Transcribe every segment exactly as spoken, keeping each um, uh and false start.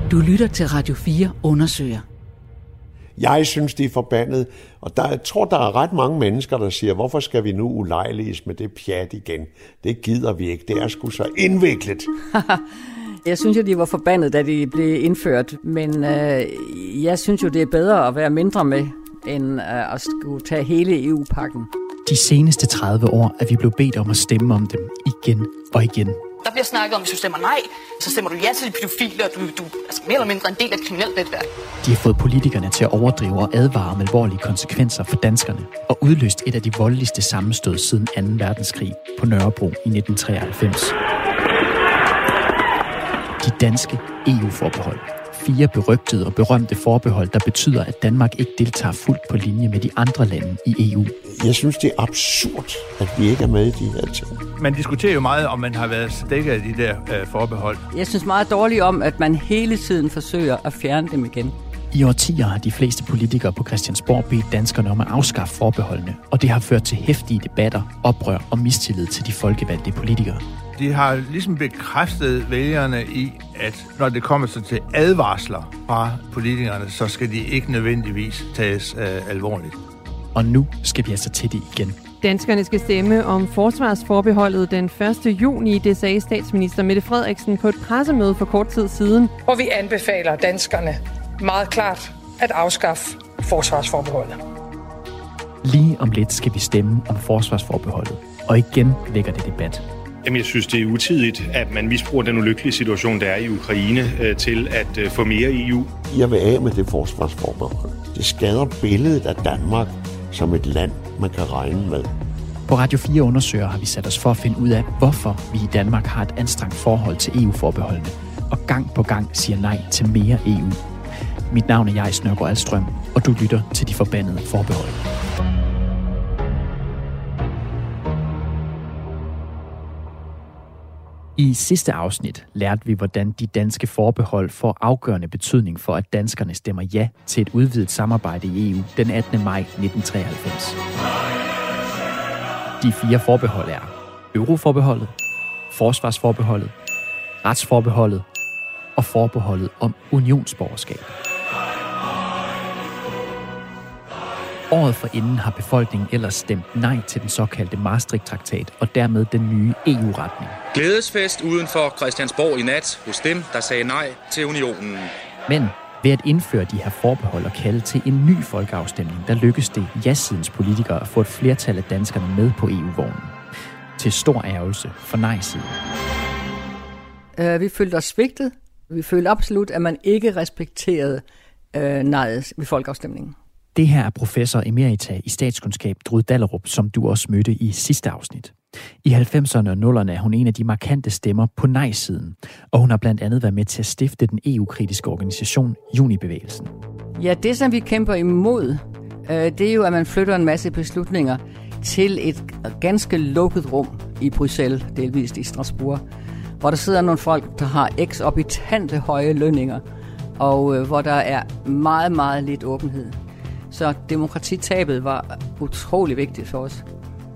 Du lytter til Radio fire undersøger. Jeg synes, de er forbandet, og der, jeg tror, der er ret mange mennesker, der siger, hvorfor skal vi nu ulejliges med det pjat igen? Det gider vi ikke, det er sgu så indviklet. Jeg synes jo, de var forbandet, da de blev indført, men øh, jeg synes jo, det er bedre at være mindre med, end øh, at skulle tage hele E U-pakken. De seneste tredive år er vi blevet bedt om at stemme om dem igen og igen. Der bliver snakket om, hvis du stemmer nej, så stemmer du ja til de pædofile, og du, du er altså mere eller mindre en del af et kriminelt netværk. De har fået politikerne til at overdrive og advare om alvorlige konsekvenser for danskerne, og udløst et af de voldeligste sammenstød siden anden verdenskrig på Nørrebro i nitten treoghalvfems. De danske E U-forbehold. Fire berygtede og berømte forbehold, der betyder, at Danmark ikke deltager fuldt på linje med de andre lande i E U. Jeg synes, det er absurd, at vi ikke er med i de her ting. Man diskuterer jo meget, om man har været dækket af de der øh, forbehold. Jeg synes meget dårligt om, at man hele tiden forsøger at fjerne dem igen. I årtier har de fleste politikere på Christiansborg bedt danskerne om at afskaffe forbeholdene, og det har ført til heftige debatter, oprør og mistillid til de folkevalgte politikere. De har ligesom bekræftet vælgerne i, at når det kommer så til advarsler fra politikerne, så skal de ikke nødvendigvis tages øh, alvorligt. Og nu skal vi altså til det igen. Danskerne skal stemme om forsvarsforbeholdet den første juni, det sagde statsminister Mette Frederiksen på et pressemøde for kort tid siden. Og vi anbefaler danskerne meget klart at afskaffe forsvarsforbeholdet. Lige om lidt skal vi stemme om forsvarsforbeholdet, og igen vækker det debat. Jamen, jeg synes, det er utidigt, at man misbruger den ulykkelige situation, der er i Ukraine, øh, til at øh, få mere E U. Jeg vil af med det forsvarsforbehold. Det skader billedet af Danmark som et land, man kan regne med. På Radio fire undersøger har vi sat os for at finde ud af, hvorfor vi i Danmark har et anstrengt forhold til E U-forbeholdene, og gang på gang siger nej til mere E U. Mit navn er Jais Nørgaard Alstrøm, og du lytter til de forbandede forbehold. I sidste afsnit lærte vi, hvordan de danske forbehold får afgørende betydning for, at danskerne stemmer ja til et udvidet samarbejde i E U den attende maj nitten treoghalvfems. De fire forbehold er Euroforbeholdet, Forsvarsforbeholdet, Retsforbeholdet og forbeholdet om unionsborgerskab. Året forinden har befolkningen ellers stemt nej til den såkaldte Maastricht-traktat og dermed den nye E U-retning. Glædesfest uden for Christiansborg i nat hos dem, der sagde nej til unionen. Men ved at indføre de her forbehold og kalde til en ny folkeafstemning, der lykkedes det ja-sidens politikere at få et flertal af danskerne med på E U-vognen. Til stor ærgelse for nej-siden. Uh, vi følte os svigtet. Vi følte absolut, at man ikke respekterede uh, nejet ved folkeafstemningen. Det her er professor emerita i statskundskab Drud Dallerup, som du også mødte i sidste afsnit. I halvfemserne og nullerne er hun en af de markante stemmer på nej-siden, og hun har blandt andet været med til at stifte den E U-kritiske organisation Junibevægelsen. Ja, det som vi kæmper imod, det er jo, at man flytter en masse beslutninger til et ganske lukket rum i Bruxelles, delvist i Strasbourg, hvor der sidder nogle folk, der har eksorbitante høje lønninger, og hvor der er meget, meget lidt åbenhed. Så demokratitabet var utrolig vigtigt for os.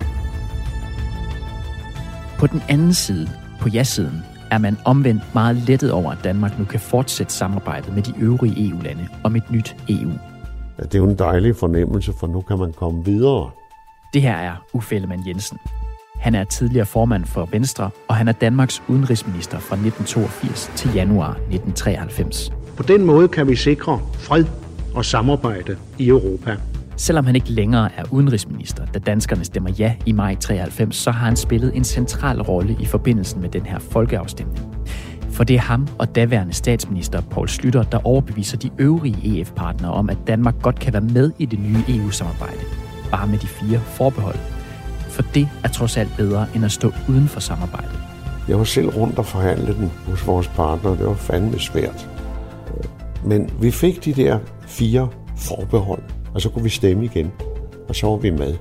På den anden side, på ja-siden, er man omvendt meget lettet over, at Danmark nu kan fortsætte samarbejdet med de øvrige E U-lande om et nyt E U. Ja, det er jo en dejlig fornemmelse, for nu kan man komme videre. Det her er Uffe Ellemann-Jensen. Han er tidligere formand for Venstre, og han er Danmarks udenrigsminister fra nitten toogfirs til januar nitten treoghalvfems. På den måde kan vi sikre fred og samarbejde i Europa. Selvom han ikke længere er udenrigsminister, da danskerne stemmer ja i maj treoghalvfems, så har han spillet en central rolle i forbindelsen med den her folkeafstemning. For det er ham og daværende statsminister Poul Schlüter, der overbeviser de øvrige E F-partnere om, at Danmark godt kan være med i det nye E U-samarbejde, bare med de fire forbehold. For det er trods alt bedre, end at stå uden for samarbejdet. Jeg var selv rundt og forhandle den hos vores partnere. Det var fandme svært. Men vi fik de der fire forbehold, og så kunne vi stemme igen, og så var vi med.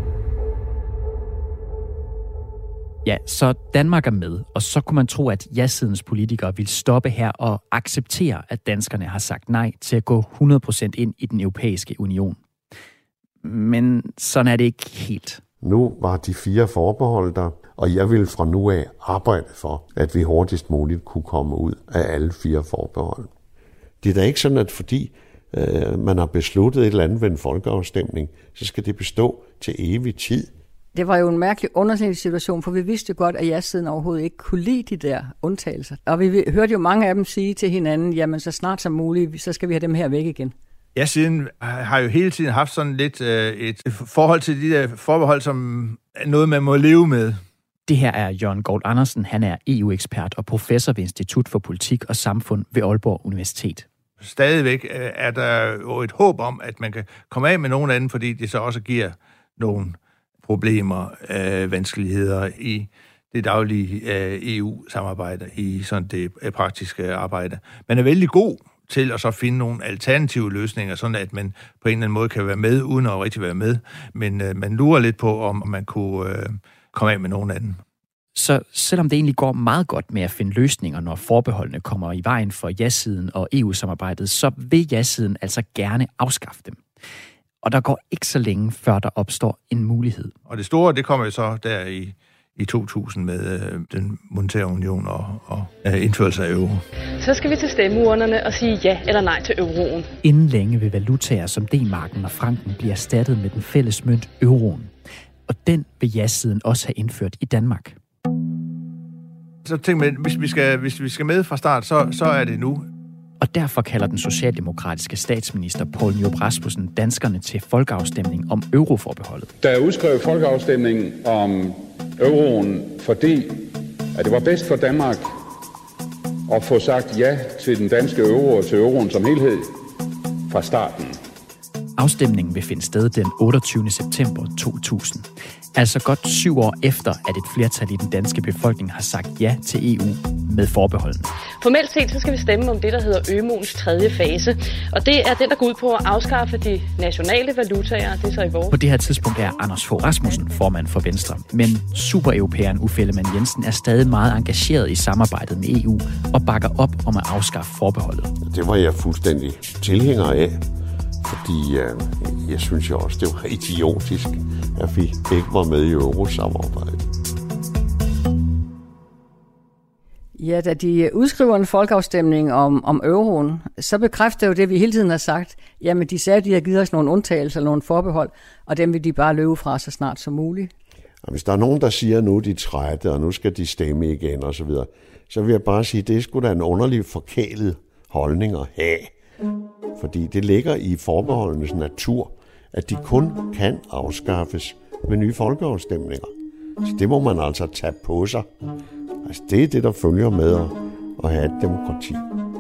Ja, så Danmark er med, og så kunne man tro, at ja-sidens politikere vil stoppe her og acceptere, at danskerne har sagt nej til at gå hundrede procent ind i den europæiske union. Men sådan er det ikke helt. Nu var de fire forbehold der, og jeg ville fra nu af arbejde for, at vi hurtigst muligt kunne komme ud af alle fire forbehold. Det er da ikke sådan, at fordi øh, man har besluttet et eller andet ved en folkeafstemning, så skal det bestå til evig tid. Det var jo en mærkelig underlig situation, for vi vidste jo godt, at ja-siden overhovedet ikke kunne lide de der undtagelser. Og vi hørte jo mange af dem sige til hinanden, jamen så snart som muligt, så skal vi have dem her væk igen. Ja-siden har jo hele tiden haft sådan lidt øh, et forhold til de der forbehold, som er noget, man må leve med. Det her er Jørgen Goul Andersen. Han er E U-ekspert og professor ved Institut for Politik og Samfund ved Aalborg Universitet. Stadigvæk er der jo et håb om, at man kan komme af med nogen anden, fordi det så også giver nogle problemer, øh, vanskeligheder i det daglige øh, E U-samarbejde, i sådan det øh, praktiske arbejde. Man er vældig god til at så finde nogle alternative løsninger, sådan at man på en eller anden måde kan være med, uden at rigtig være med. Men øh, man lurer lidt på, om man kunne øh, komme af med nogen anden. Så selvom det egentlig går meget godt med at finde løsninger, når forbeholdene kommer i vejen for ja-siden og E U-samarbejdet, så vil ja-siden altså gerne afskaffe dem. Og der går ikke så længe, før der opstår en mulighed. Og det store, det kommer jo så der i, i to tusind med øh, den monetære union og, og øh, indførelse af euro. Så skal vi til stemmeurnerne og sige ja eller nej til euroen. Inden længe vil valutaer som D-marken og franken blive erstattet med den fælles mønt euroen. Og den vil ja-siden også have indført i Danmark. Så tænk med, hvis vi skal, hvis vi skal med fra start, så, så er det nu. Og derfor kalder den socialdemokratiske statsminister Poul Nyrup Rasmussen danskerne til folkeafstemning om euroforbeholdet. Der er udskrevet folkeafstemning om euroen, fordi at det var bedst for Danmark at få sagt ja til den danske euro og til euroen som helhed fra starten. Afstemningen vil finde sted den otteogtyvende september to tusind. Altså godt syv år efter, at et flertal i den danske befolkning har sagt ja til E U med forbeholdene. Formelt set så skal vi stemme om det, der hedder ømoens tredje fase. Og det er den, der går ud på at afskaffe de nationale valutaer. Det er så i vores. På det her tidspunkt er Anders Fogh Rasmussen formand for Venstre. Men supereuropæeren Uffe Ellemann-Jensen er stadig meget engageret i samarbejdet med E U og bakker op om at afskaffe forbeholdet. Det var jeg fuldstændig tilhænger af. Fordi øh, jeg synes jo også, det var idiotisk, at vi ikke var med i eurosamarbejdet. Ja, da de udskriver en folkeafstemning om, om euroen, så bekræfter jo det, vi hele tiden har sagt. Jamen, de sagde, at de har givet os nogle undtagelser, nogle forbehold, og dem vil de bare løbe fra så snart som muligt. Og hvis der er nogen, der siger, at nu er de trætte, og nu skal de stemme igen og så videre, så vil jeg bare sige, at det er sgu da en underlig forkælet holdning at have. Fordi det ligger i forbeholdenes natur, at de kun kan afskaffes med nye folkeafstemninger. Så det må man altså tage på sig. Altså det er det, der følger med at, at have et demokrati.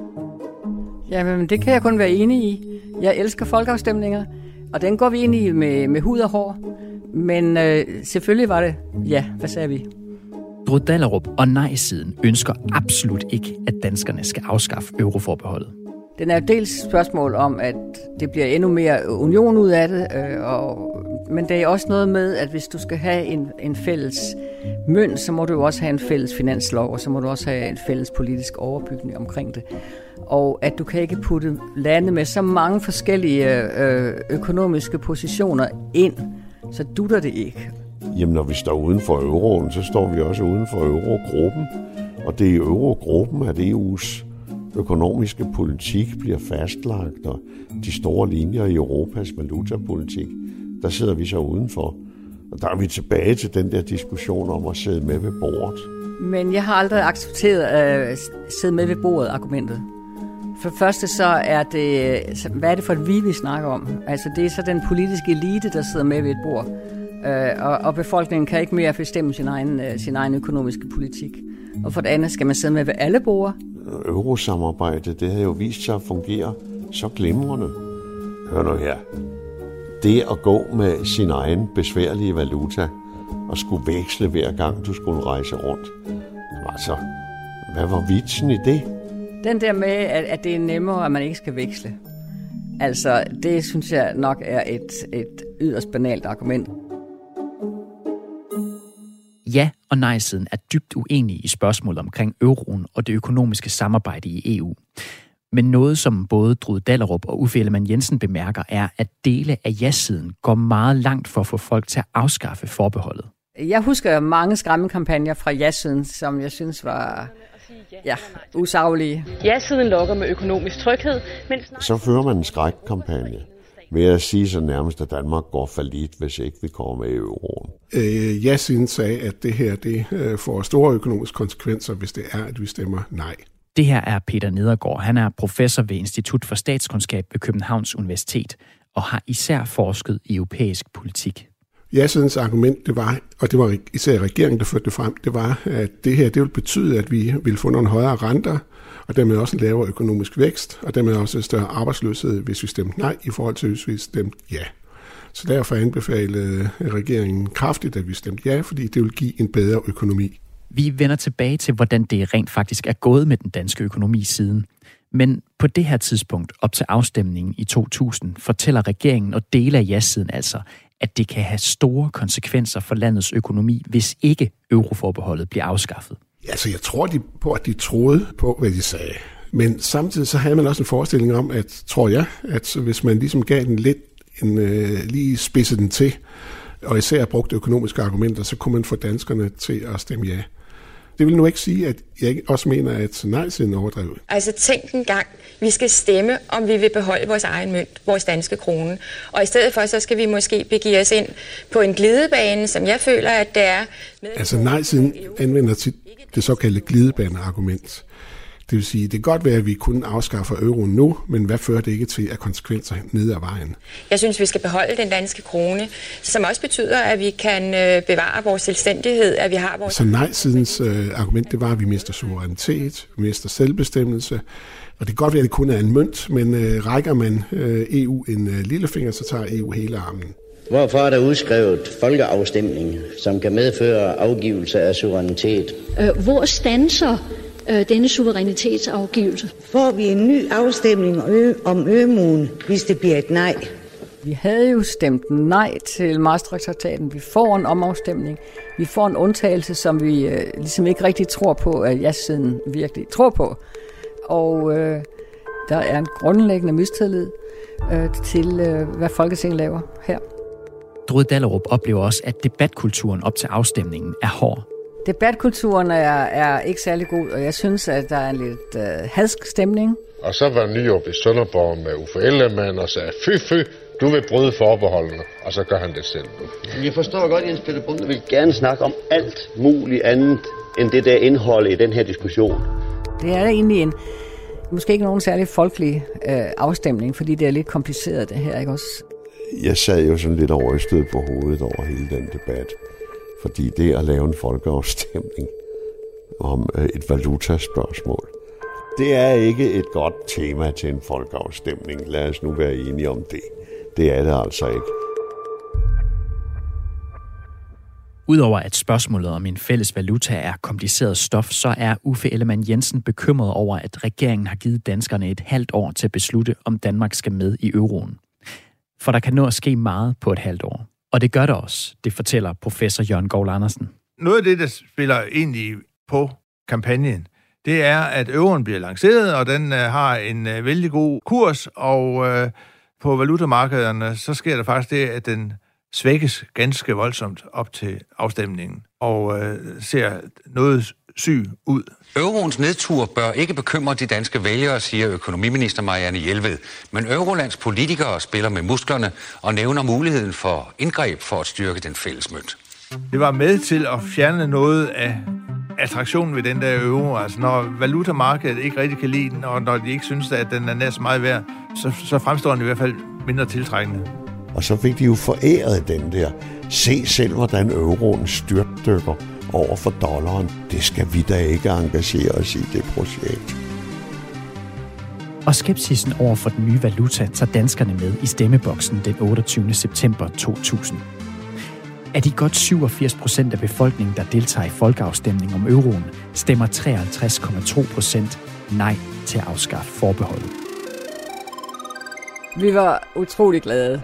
Jamen det kan jeg kun være enig i. Jeg elsker folkeafstemninger, og den går vi ind i med, med hud og hår. Men øh, selvfølgelig var det, ja, hvad sagde vi? Drud Dallerup og nej-siden ønsker absolut ikke, at danskerne skal afskaffe euroforbeholdet. Den er jo dels spørgsmål om, at det bliver endnu mere union ud af det, øh, og, men det er også noget med, at hvis du skal have en, en fælles mønt, så må du jo også have en fælles finanslov, og så må du også have en fælles politisk overbygning omkring det. Og at du kan ikke putte lande med så mange forskellige øh, økonomiske positioner ind, så dutter det ikke. Jamen når vi står uden for euroen, så står vi også uden for eurogruppen, og det er i eurogruppen, at E U's økonomiske politik bliver fastlagt, og de store linjer i Europas valutapolitik, der sidder vi så udenfor. Og der er vi tilbage til den der diskussion om at sidde med ved bordet. Men jeg har aldrig accepteret at sidde med ved bordet argumentet. For det første så er det, hvad er det for et vi, vi snakker om? Altså det er så den politiske elite, der sidder med ved et bord. Og, og befolkningen kan ikke mere bestemme sin egen, sin egen økonomiske politik. Og for det andet skal man sidde med ved alle bord. Eurosamarbejdet, det har jo vist sig at fungere så glimrende. Hør nu her. Det at gå med sin egen besværlige valuta og skulle veksle hver gang, du skulle rejse rundt. Altså, hvad var vitsen i det? Den der med, at, at det er nemmere, at man ikke skal veksle. Altså, det synes jeg nok er et, et yderst banalt argument. Ja og nej-siden er dybt uenige i spørgsmålet omkring euroen og det økonomiske samarbejde i E U. Men noget, som både Drud Dallerup og Uffe Ellemann-Jensen bemærker, er, at dele af ja-siden går meget langt for at få folk til at afskaffe forbeholdet. Jeg husker mange skræmmekampagner fra ja-siden, som jeg synes var ja, usaglige. Ja-siden lokker med økonomisk tryghed, mens... Så fører man en skrækkampagne ved at sige så nærmest, at Danmark går fallit, hvis ikke vi kommer med i euroen. Øh, ja-siden sagde, at det her det øh, får store økonomiske konsekvenser, hvis det er, at vi stemmer nej. Det her er Peter Nedergaard. Han er professor ved Institut for Statskundskab ved Københavns Universitet og har især forsket i europæisk politik. Ja-sidens argument, det var, og det var især regeringen, der førte det frem, det var, at det her det ville betyde, at vi ville få nogle højere renter, og dermed også en lavere økonomisk vækst, og dermed også en større arbejdsløshed, hvis vi stemte nej, i forhold til, hvis vi stemte ja. Så derfor anbefalede regeringen kraftigt, at vi stemte ja, fordi det vil give en bedre økonomi. Vi vender tilbage til, hvordan det rent faktisk er gået med den danske økonomi siden. Men på det her tidspunkt, op til afstemningen i to tusind, fortæller regeringen og dele af ja-siden altså, at det kan have store konsekvenser for landets økonomi, hvis ikke euroforbeholdet bliver afskaffet. Ja, så jeg tror de på, at de troede på, hvad de sagde. Men samtidig så havde man også en forestilling om, at, tror jeg, at hvis man ligesom gav den lidt, en, øh, lige spidse den til, og især brugte økonomiske argumenter, så kunne man få danskerne til at stemme ja. Det vil nu ikke sige, at jeg ikke også mener, at nej-siden overdrevet. Altså tænk en gang, vi skal stemme, om vi vil beholde vores egen mønt, vores danske krone. Og i stedet for, så skal vi måske begive os ind på en glidebane, som jeg føler, at det er. Altså nej-siden anvender tit det såkaldte glidebaneargument. Det vil sige, det kan godt være, at vi kun afskaffer euroen nu, men hvad fører det ikke til af konsekvenser ned ad vejen? Jeg synes, vi skal beholde den danske krone, som også betyder, at vi kan bevare vores selvstændighed, at vi har vores... Så nej-sidens øh, argument, det var, at vi mister suverænitet, vi mister selvbestemmelse, og det kan godt være, at det kun er en mønt, men øh, rækker man øh, E U en øh, lillefinger, så tager E U hele armen. Hvorfor er der udskrevet folkeafstemning, som kan medføre afgivelse af suverænitet? Øh, hvor standser denne suverænitetsafgivelse? Får vi en ny afstemning om ømuen, hvis det bliver et nej? Vi havde jo stemt nej til Maastricht-traktaten. Vi får en omafstemning. Vi får en undtagelse, som vi øh, ligesom ikke rigtig tror på, at ja-siden virkelig tror på. Og øh, der er en grundlæggende mistillid øh, til, øh, hvad Folketinget laver her. Drude Dahlerup oplever også, at debatkulturen op til afstemningen er hård. Debatkulturen er, er ikke særlig god, og jeg synes, at der er en lidt øh, hadsk stemning. Og så var Nyrup i Sønderborg med Uffe Ellemann og sagde, fy, fy, du vil bryde forbeholdene, og så gør han det selv. Jeg forstår godt, Jens Peter Bonde vil gerne snakke om alt muligt andet, end det der indhold i den her diskussion. Det er egentlig en, måske ikke nogen særlig folkelig øh, afstemning, fordi det er lidt kompliceret det her, ikke også? Jeg sad jo sådan lidt overstød på hovedet over hele den debat. Fordi det at lave en folkeafstemning om et valutaspørgsmål, det er ikke et godt tema til en folkeafstemning. Lad os nu være enige om det. Det er det altså ikke. Udover at spørgsmålet om en fælles valuta er kompliceret stof, så er Uffe Ellemann Jensen bekymret over, at regeringen har givet danskerne et halvt år til at beslutte, om Danmark skal med i euroen. For der kan nå at ske meget på et halvt år. Og det gør det også, det fortæller professor Jørgen Goul Andersen. Noget af det, der spiller egentlig på kampagnen, det er, at euroen bliver lanceret, og den uh, har en uh, vældig god kurs, og uh, på valutamarkederne, så sker der faktisk det, at den svækkes ganske voldsomt op til afstemningen, og uh, ser noget syg ud. Euroens nedtur bør ikke bekymre de danske vælgere, siger økonomiminister Marianne Jelved. Men Eurolands politikere spiller med musklerne og nævner muligheden for indgreb for at styrke den fælles mønt. Det var med til at fjerne noget af attraktionen ved den der euro. Altså når valutamarkedet ikke rigtig kan lide den, og når de ikke synes, at den er næsten meget værd, så, så fremstår den i hvert fald mindre tiltrækkende. Og så fik de jo foræret den der. Se selv, hvordan euroen styrtdykker over for dollaren. Det skal vi da ikke engagere os i, det projekt. Og skepsisen over for den nye valuta tager danskerne med i stemmeboksen den otteogtyvende september to tusind. Af de godt syvogfirs procent af befolkningen, der deltager i folkeafstemning om euroen, stemmer treoghalvtreds komma to procent nej til at afskaffe forbeholdet. Vi var utrolig glade.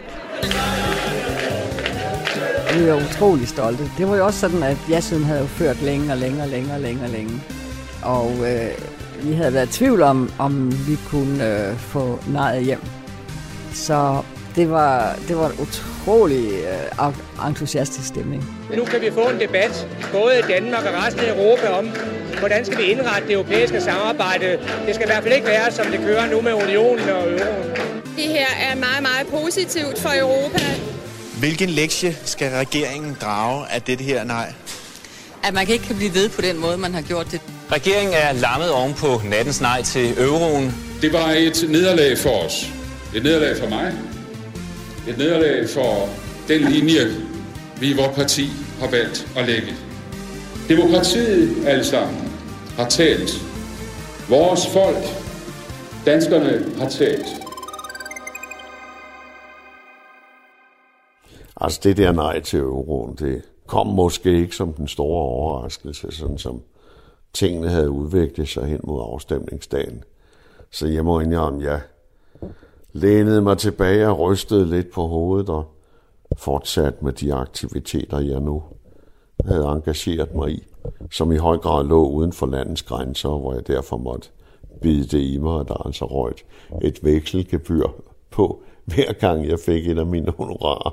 Vi var utrolig stolte. Det var jo også sådan, at ja-siden havde jo ført længe og længe og længe og længe og længe. Og øh, vi havde været i tvivl om, om vi kunne øh, få nejet hjem. Så det var, det var en utrolig øh, entusiastisk stemning. Nu kan vi få en debat, både i Danmark og resten af Europa, om hvordan skal vi indrette det europæiske samarbejde. Det skal i hvert fald ikke være, som det kører nu med unionen og euroen. Det her er meget, meget positivt for Europa. Hvilken lektie skal regeringen drage af det her nej? At man ikke kan blive ved på den måde, man har gjort det. Regeringen er lammet oven på nattens nej til euroen. Det var et nederlag for os. Et nederlag for mig. Et nederlag for den linje, vi i vores parti har valgt at lægge. Demokratiet alle sammen har talt. Vores folk, danskerne, har talt. Altså det der nej til euroen, det kom måske ikke som den store overraskelse, sådan som tingene havde udviklet sig hen mod afstemningsdagen. Så jeg må indrømme, jeg lænede mig tilbage og rystede lidt på hovedet og fortsat med de aktiviteter, jeg nu havde engageret mig i, som i høj grad lå uden for landets grænser, hvor jeg derfor måtte bide det i mig, og der altså røget et vekselgebyr på, hver gang jeg fik et af mine honorarer.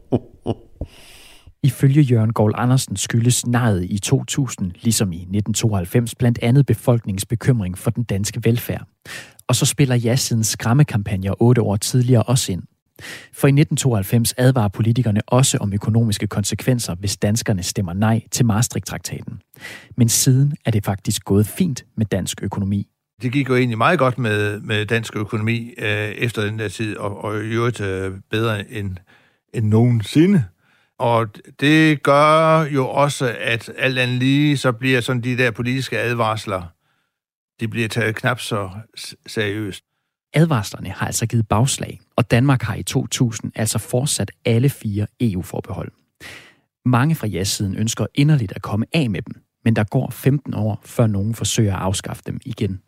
Ifølge Jørgen Goul Andersen skyldes nejet i to tusind, ligesom i nitten tooghalvfems, blandt andet befolkningens bekymring for den danske velfærd. Og så spiller ja-sidens skræmmekampagner otte år tidligere også ind. For i nitten tooghalvfems advarer politikerne også om økonomiske konsekvenser, hvis danskerne stemmer nej til Maastricht-traktaten. Men siden er det faktisk gået fint med dansk økonomi. Det gik jo egentlig meget godt med, med dansk økonomi øh, efter den der tid, og, og i øvrigt øh, bedre end, end nogensinde. Og det gør jo også, at alt andet lige, så bliver sådan de der politiske advarsler, de bliver taget knap så seriøst. Advarslerne har altså givet bagslag, og Danmark har i to tusind altså fortsat alle fire E U-forbehold. Mange fra ja-siden ønsker inderligt at komme af med dem, men der går femten år, før nogen forsøger at afskaffe dem igen.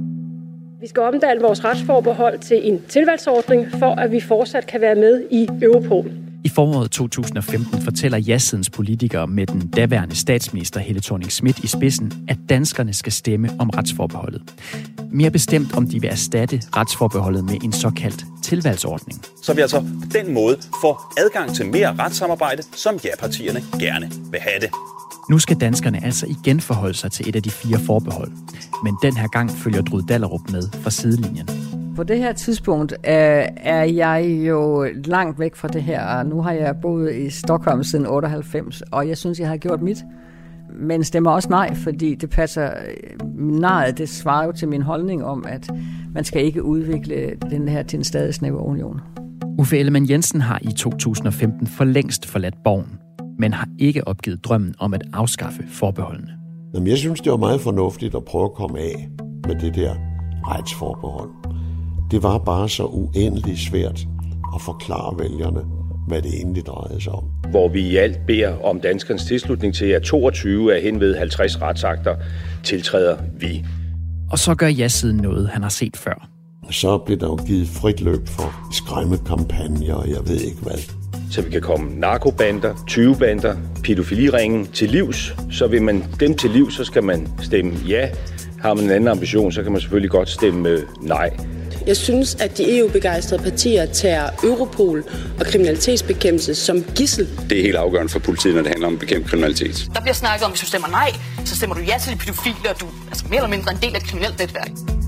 Vi skal omdanne vores retsforbehold til en tilvalgsordning, for at vi fortsat kan være med i Europol. I foråret to tusind og femten fortæller ja-sidens politikere med den daværende statsminister Helle Thorning-Schmidt i spidsen, at danskerne skal stemme om retsforbeholdet. Mere bestemt om de vil erstatte retsforbeholdet med en såkaldt tilvalgsordning. Så vi altså på den måde får adgang til mere retssamarbejde, som ja-partierne gerne vil have det. Nu skal danskerne altså igen forholde sig til et af de fire forbehold. Men den her gang følger Drud Dallerup med fra sidelinjen. På det her tidspunkt øh, er jeg jo langt væk fra det her, og nu har jeg boet i Stockholm siden otteoghalvfems, og jeg synes, jeg har gjort mit. Men stemmer også nej, fordi det passer, nej, det svarer jo til min holdning om, at man skal ikke udvikle den her til en stadig snæver union. Uffe Ellemann-Jensen har i to tusind og femten for længst forladt borgen, men har ikke opgivet drømmen om at afskaffe forbeholdene. Jamen, jeg synes, det var meget fornuftigt at prøve at komme af med det der retsforbehold. Det var bare så uendeligt svært at forklare vælgerne, hvad det egentlig drejede sig om. Hvor vi i alt beder om danskernes tilslutning til, at toogtyve af henved halvtreds retsakter tiltræder vi. Og så gør ja-siden noget, han har set før. Så blev der jo givet frit løb for skræmmekampagner, og jeg ved ikke hvad. Så vi kan komme narkobander, tyvebander, pædofiliringen til livs. Så vil man dem til livs, så skal man stemme ja. Har man en anden ambition, så kan man selvfølgelig godt stemme nej. Jeg synes, at de E U-begejstrede partier tager Europol og kriminalitetsbekæmpelse som gidsel. Det er helt afgørende for politiet, når det handler om at bekæmpe kriminalitet. Der bliver snakket om, hvis du stemmer nej, så stemmer du ja til de pædofile, og du er altså mere eller mindre en del af et kriminelt netværk.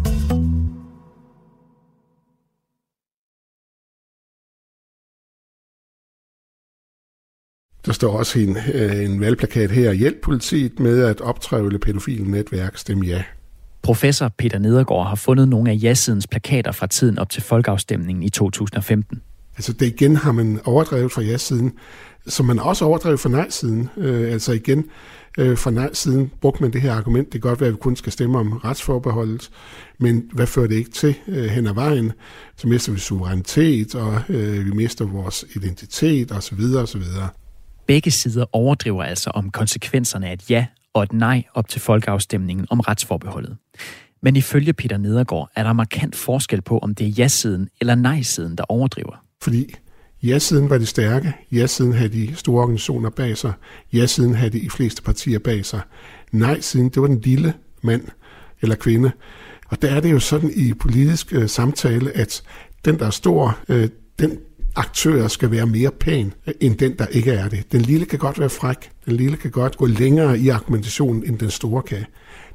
Der står også en, en valgplakat her, hjælp politiet med at optrævle pædofile netværk, stem ja. Professor Peter Nedergaard har fundet nogle af ja-sidens plakater fra tiden op til folkeafstemningen i to tusind og femten. Altså det igen har man overdrevet fra ja-siden, som man også overdrevet fra nej-siden. Øh, altså igen øh, fra nej-siden brugte man det her argument, det kan godt være, at vi kun skal stemme om retsforbeholdet, men hvad fører det ikke til øh, hen ad vejen? Så mister vi suverænitet, og øh, vi mister vores identitet osv. osv. Begge sider overdriver altså om konsekvenserne af et ja og et nej op til folkeafstemningen om retsforbeholdet. Men ifølge Peter Nedergaard er der markant forskel på, om det er ja-siden eller nej-siden, der overdriver. Fordi ja-siden var de stærke, ja-siden havde de store organisationer bag sig, ja-siden havde de fleste partier bag sig. Nej-siden, det var den lille mand eller kvinde. Og der er det jo sådan i politisk øh, samtale, at den, der er stor, øh, den aktør skal være mere pæn, end den, der ikke er det. Den lille kan godt være fræk. Den lille kan godt gå længere i argumentationen, end den store kan.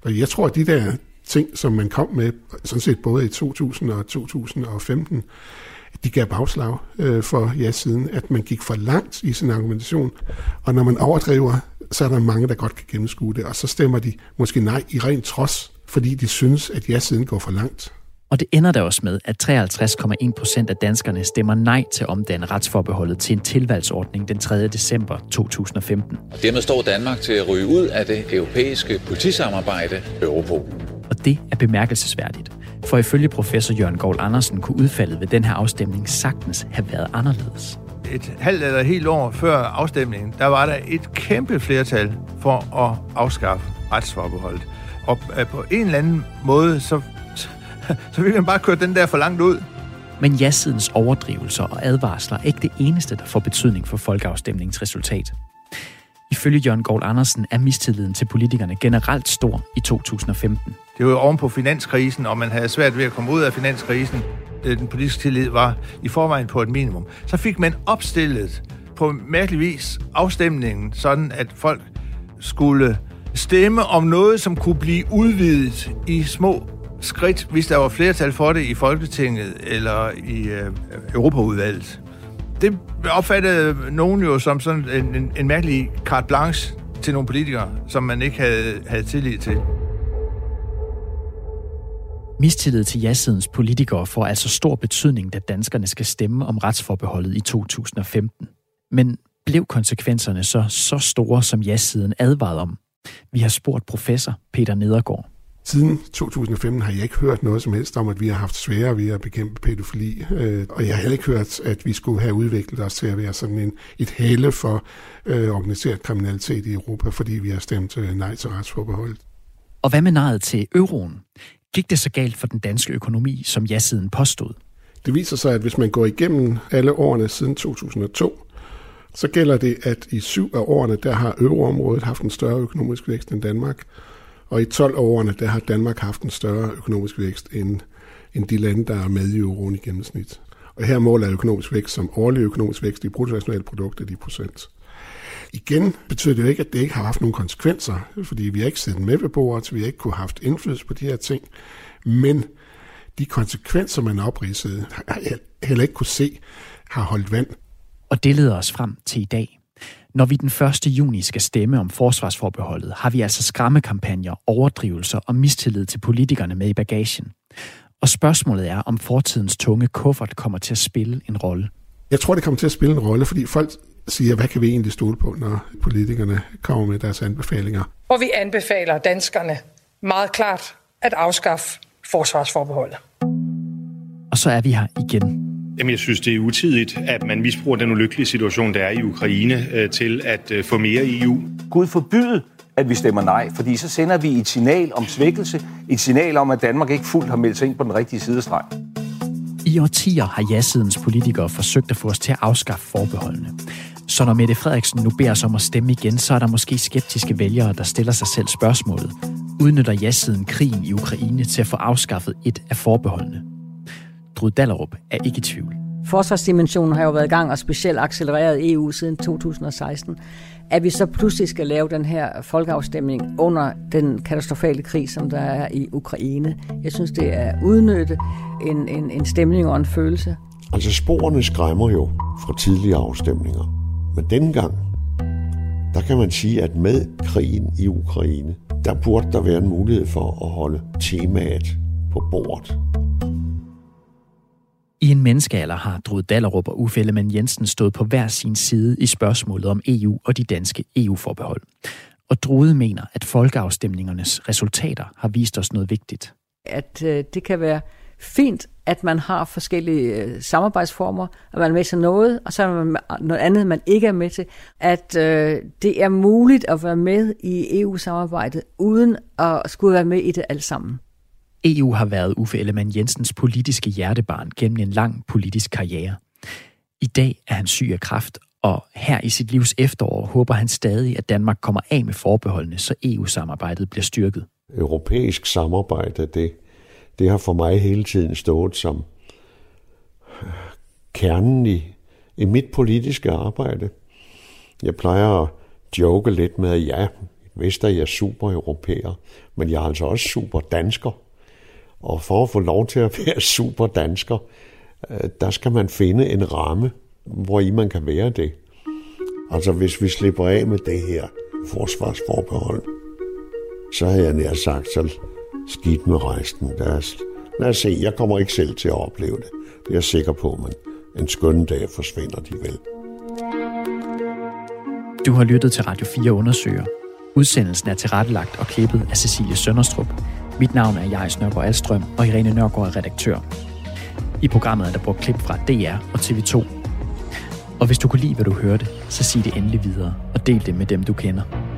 Og jeg tror, at de der ting, som man kom med, sådan set både i to tusind og to tusind og femten, de gav bagslag øh, for ja-siden, at man gik for langt i sin argumentation. Og når man overdriver, så er der mange, der godt kan gennemskue det, og så stemmer de måske nej i ren trods, fordi de synes, at ja-siden går for langt. Og det ender da også med, at treoghalvtreds komma en procent af danskerne stemmer nej til at omdanne retsforbeholdet til en tilvalgsordning den tredje december to tusind og femten. Og dermed står Danmark til at ryge ud af det europæiske politisamarbejde Europol. Og det er bemærkelsesværdigt, for ifølge professor Jørgen Goul Andersen kunne udfaldet ved den her afstemning sagtens have været anderledes. Et halvt eller helt år før afstemningen, der var der et kæmpe flertal for at afskaffe retsforbeholdet. Og på en eller anden måde, så, så vil man bare køre den der for langt ud. Men ja-sidens overdrivelser og advarsler er ikke det eneste, der får betydning for folkeafstemningens resultat. Ifølge Jørgen Goul Andersen er mistilliden til politikerne generelt stor i to tusind og femten. Det var jo oven på finanskrisen, og man havde svært ved at komme ud af finanskrisen. Den politiske tillid var i forvejen på et minimum. Så fik man opstillet på mærkelig vis afstemningen, sådan at folk skulle stemme om noget, som kunne blive udvidet i små skridt, hvis der var flertal for det i Folketinget eller i øh, Europaudvalget. Det opfattede nogen jo som sådan en, en, en mærkelig carte blanche til nogle politikere, som man ikke havde, havde tillid til. Mistillid til ja-sidens politikere får altså stor betydning, da danskerne skal stemme om retsforbeholdet i to tusind og femten. Men blev konsekvenserne så så store, som ja-siden advarede om? Vi har spurgt professor Peter Nedergaard. Siden to tusind og femten har jeg ikke hørt noget som helst om, at vi har haft sværere ved at bekæmpe pædofili. Og jeg har heller ikke hørt, at vi skulle have udviklet os til at være sådan en, et helle for øh, organiseret kriminalitet i Europa, fordi vi har stemt øh, nej til retsforbeholdet. Og hvad med nejet til euroen? Gik det så galt for den danske økonomi, som ja-siden påstod? Det viser sig, at hvis man går igennem alle årene siden to tusind og to, så gælder det, at i syv af årene, der har euroområdet haft en større økonomisk vækst end Danmark. Og i tolv af årene, der har Danmark haft en større økonomisk vækst end, end de lande, der er med i euroen i gennemsnit. Og her måler økonomisk vækst som årlig økonomisk vækst i bruttonationalproduktet i procent. Igen betyder det jo ikke, at det ikke har haft nogen konsekvenser, fordi vi har ikke siddet med ved bordet, så vi har ikke kunne have haft indflydelse på de her ting. Men de konsekvenser, man opridsede, har jeg heller ikke kunne se, har holdt vand. Og det leder os frem til i dag. Når vi den første juni skal stemme om forsvarsforbeholdet, har vi altså skræmmekampagner, overdrivelser og mistillid til politikerne med i bagagen. Og spørgsmålet er, om fortidens tunge kuffert kommer til at spille en rolle. Jeg tror, det kommer til at spille en rolle, fordi folk siger, hvad kan vi egentlig stole på, når politikerne kommer med deres anbefalinger. Og vi anbefaler danskerne meget klart at afskaffe forsvarsforbeholdet. Og så er vi her igen. Jamen, jeg synes, det er utidigt, at man misbruger den ulykkelige situation, der er i Ukraine, øh, til at øh, få mere E U. Gud forbyde, at vi stemmer nej, fordi så sender vi et signal om svækkelse, et signal om, at Danmark ikke fuldt har meldt sig ind på den rigtige sidestreg. I årtier har ja-sidens politikere forsøgt at få os til at afskaffe forbeholdene. Så når Mette Frederiksen nu beder os om at stemme igen, så er der måske skeptiske vælgere, der stiller sig selv spørgsmålet. Udnytter ja-siden krigen i Ukraine til at få afskaffet et af forbeholdene? Drud Dallerup er ikke i tvivl. Forsvarsdimensionen har jo været i gang og specielt accelereret i E U siden to tusind og seksten. At vi så pludselig skal lave den her folkeafstemning under den katastrofale krig, som der er i Ukraine. Jeg synes, det er udnytte en, en, en stemning og en følelse. Altså sporene skræmmer jo fra tidligere afstemninger. Men denne gang, der kan man sige, at med krigen i Ukraine, der burde der være en mulighed for at holde temaet på bordet. I en menneskealder har Drud Dallerup og Uffe Ellemann-Jensen stået på hver sin side i spørgsmålet om E U og de danske E U-forbehold. Og Drude mener, at folkeafstemningernes resultater har vist os noget vigtigt. At øh, det kan være fint, at man har forskellige øh, samarbejdsformer, at man er med til noget, og så er man noget andet, man ikke er med til. At øh, det er muligt at være med i E U-samarbejdet, uden at skulle være med i det alt sammen. E U har været Uffe Ellemann-Jensens politiske hjertebarn gennem en lang politisk karriere. I dag er han syg af kræft, og her i sit livs efterår håber han stadig, at Danmark kommer af med forbeholdene, så E U-samarbejdet bliver styrket. Europæisk samarbejde, det, det har for mig hele tiden stået som kernen i, i mit politiske arbejde. Jeg plejer at joke lidt med, at ja, i Vidst, at jeg er super europæer, men jeg er altså også super dansker. Og for at få lov til at være super dansker, der skal man finde en ramme, hvor i man kan være det. Altså hvis vi slipper af med det her forsvarsforbehold, så har jeg nær sagt, så skidt med resten. Lad os, lad os se, jeg kommer ikke selv til at opleve det. Det er jeg sikker på, men en skøn dag forsvinder de vel. Du har lyttet til Radio fire Undersøger. Udsendelsen er tilrettelagt og klippet af Cecilie Sønderstrup. Mit navn er Jais Nørgaard Alstrøm, og Irene Nørgaard er redaktør. I programmet er der brugt klip fra D R og T V to. Og hvis du kunne lide, hvad du hørte, så sig det endelig videre og del det med dem, du kender.